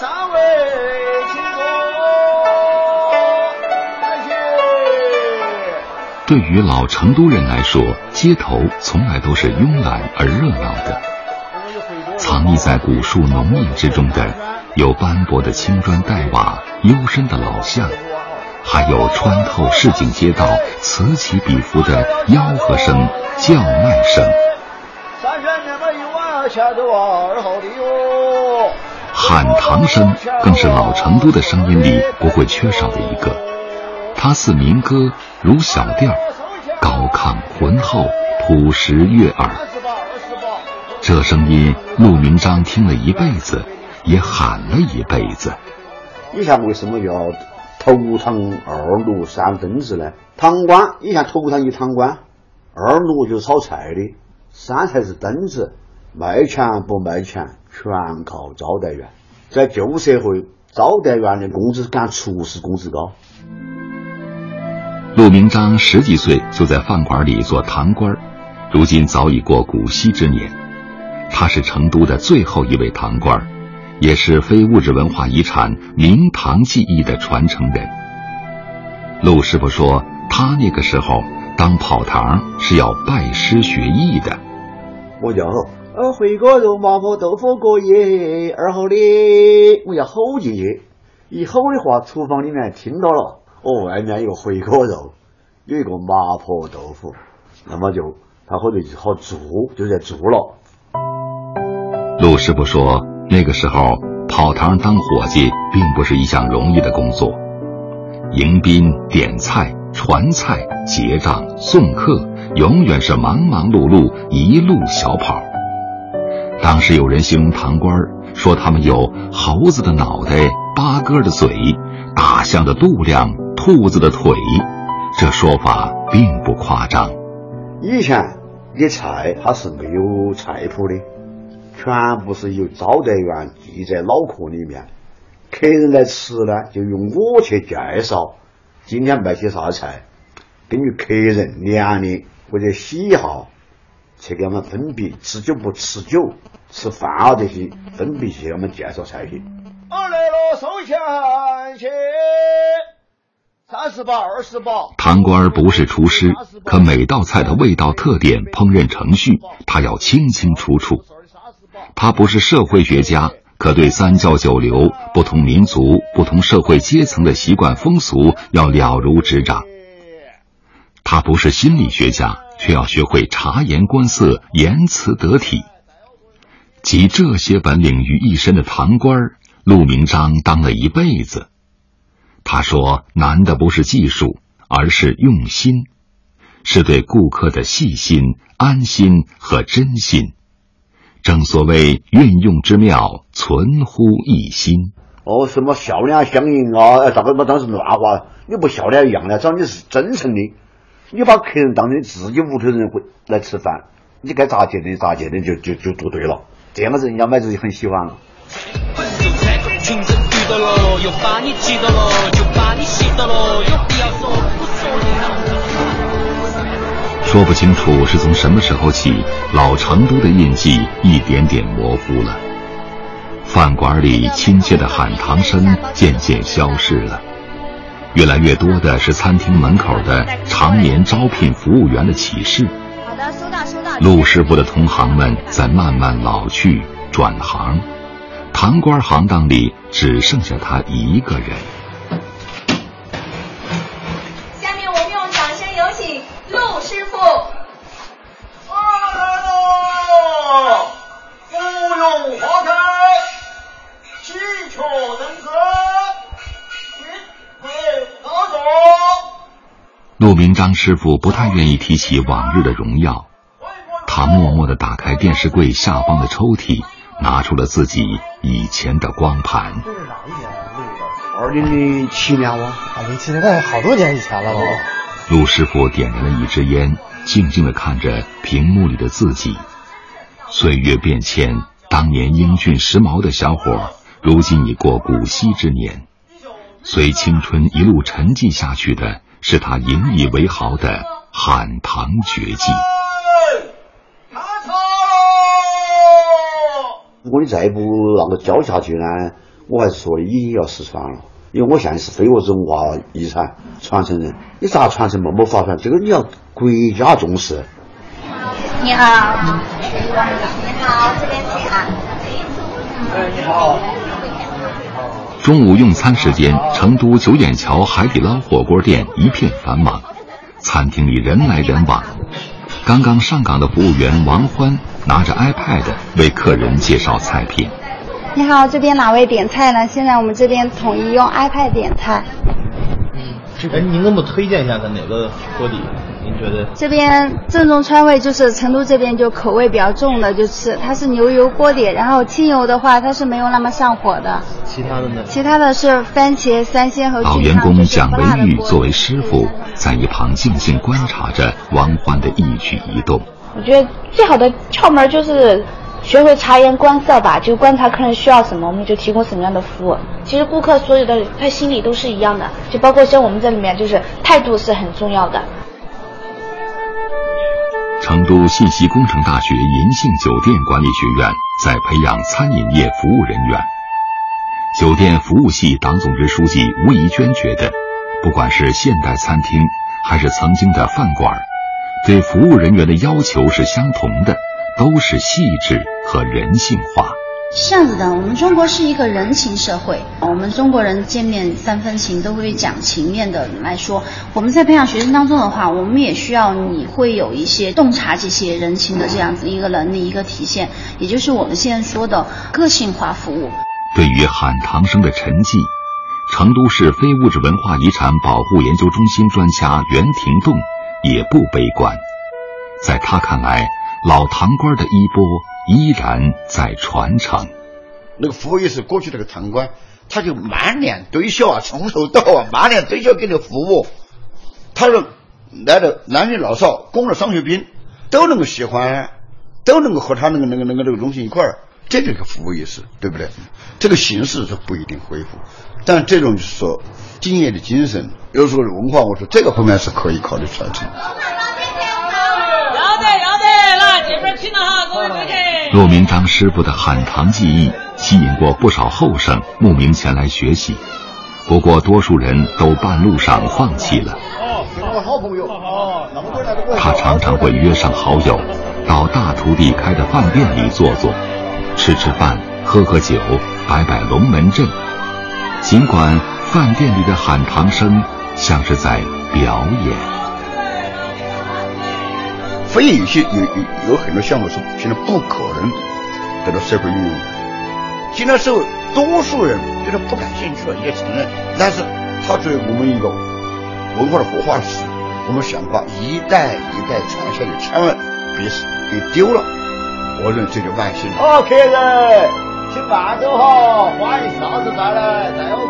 三位请坐，感谢。 对于老成都人来说，街头从来都是慵懒而热闹的。藏匿在古树浓荫之中的，有斑驳的青砖黛瓦、幽深的老巷，还有穿透市井街道此起彼伏的吆喝声、叫卖声。喊堂声更是老成都的声音里不会缺少的一个，它似民歌，如小调，高亢浑厚，朴实悦耳。这声音陆明章听了一辈子，也喊了一辈子。 以前为什么要头堂二路三灯子呢？堂倌以前头堂一堂倌，二路就是炒菜的，三才是灯子，卖钱不卖钱全靠招待员。在旧社会，招待员的工资赶厨师工资高。 陆明章10几岁就在饭馆里做堂倌，如今早已过古稀之年。他是成都的最后一位堂倌，也是非物质文化遗产明堂技艺的传承人。陆师傅说，他那个时候当跑堂是要拜师学艺的。 我叫回锅肉麻婆豆腐过夜，2号的我要吼进去，一吼的话，厨房里面听到了，外面有个回锅肉，有一个麻婆豆腐，那么就他后头就好做，就在做了。 陆师傅说，那个时候跑堂当伙计并不是一项容易的工作，迎宾、点菜、传菜、结账、送客，永远是忙忙碌碌，一路小跑。当时有人形容堂倌，说他们有猴子的脑袋、8哥的嘴、大象的肚量、兔子的腿，这说法并不夸张。 以前的菜它是没有菜谱的，全部是由招待员记在脑壳里面，客人来吃呢，就用我去介绍今天卖些啥菜，根据客人年龄或者喜好去给他们分别，吃酒不吃酒，吃饭啊这些分别去给他们介绍菜品。 来了，收钱去，30把20把。 堂倌不是厨师，可每道菜的味道特点、烹饪程序，他要清清楚楚。他不是社会学家，可对三教九流、不同民族、不同社会阶层的习惯风俗要了如指掌。他不是心理学家，却要学会察言观色、言辞得体。集这些本领于一身的堂倌，陆明章当了一辈子。他说，难的不是技术，而是用心，是对顾客的细心、安心和真心。正所谓运用之妙，存乎一心。 什么笑脸相迎啊，大概当时乱话，你不笑脸一样的，只要你是真诚的，你把客人当成自己屋头人会来吃饭，你该咋接的就做对了，这样子人家买自己很喜欢了。 群人遇到了，又把你气到了，就把你气到了，有必要说不说的。 说不清楚是从什么时候起，老成都的印记一点点模糊了。饭馆里亲切的喊堂声渐渐消失了，越来越多的是餐厅门口的常年招聘服务员的启事。 好的，收到。 陆师傅的同行们在慢慢老去转行，堂倌行当里只剩下他一个人。 下面我们用掌声有请陆师傅。 来了，芙蓉花开，祈求人子，一会合作。 陆明章师傅不太愿意提起往日的荣耀，他默默地打开电视柜下方的抽屉，拿出了自己以前的光盘。 这是哪一年录的？2007年哇 ，2007年，那好多年以前了。 陆师傅点燃了一支烟，静静地看着屏幕里的自己。岁月变迁，当年英俊时髦的小伙，如今已过古稀之年。随青春一路沉寂下去的，是他引以为豪的喊堂绝技。 如果你再不让他教下去呢， 我还是说的已经要失传了，因为我现在是非物质文化遗产传承人，你咋传承没法传？这个你要国家重视。 你好，你好，这边请啊。 你好。 中午用餐时间，成都九眼桥海底捞火锅店一片繁忙，餐厅里人来人往。刚刚上岗的服务员王欢拿着 iPad 为客人介绍菜品。 你好，这边哪位点菜呢？现在我们这边统一用 iPad 点菜。 您能不能推荐一下哪个锅底？您觉得？ 这边正宗川味就是成都这边就口味比较重的，就是它是牛油锅底，然后清油的话它是没有那么上火的。 其他的呢？ 其他的是番茄、三鲜和老员工蒋维玉作为师傅，在一旁静静观察着王欢的一举一动。 我觉得最好的窍门就是学会察言观色吧，就观察客人需要什么，我们就提供什么样的服务。其实顾客所有的他心里都是一样的，就包括像我们这里面，就是态度是很重要的。 成都信息工程大学银杏酒店管理学院在培养餐饮业服务人员。酒店服务系党总支书记吴怡娟觉得，不管是现代餐厅还是曾经的饭馆，对服务人员的要求是相同的，都是细致和人性化。 是这样子的，我们中国是一个人情社会，我们中国人见面三分情，都会讲情面的来说，我们在培养学生当中的话，我们也需要你会有一些洞察这些人情的这样子一个能力，一个体现，也就是我们现在说的个性化服务。 对于喊唐生的沉寂，成都市非物质文化遗产保护研究中心专家袁廷栋也不悲观。在他看来，老唐官的衣钵依然在传承。 那个服务业是过去那个唐官，他就满脸堆笑啊，从头到尾满脸堆笑给你服务，他说来的男女老少、工人、商学兵都能够喜欢，都能够和他那个东西一块儿，这个服务意识，对不对？这个形式是不一定恢复，但这种就是说敬业的精神，有时候文化，我说这个方面是可以考虑传承。 骆明章师傅的喊唐技艺吸引过不少后生慕名前来学习，不过多数人都半路上放弃了。他常常会约上好友到大徒弟开的饭店里坐坐，吃吃饭，喝喝酒，摆摆龙门阵。尽管饭店里的喊唐声像是在表演。 非有很多项目是现在不可能得到社会应用，现在社会多数人觉得不感兴趣了，也承认，但是它作为我们一个文化的活化石，我们想把一代一代传下去，千万别给丢了。我认为这就万幸了。 客人，请慢走哈，欢迎下次再来。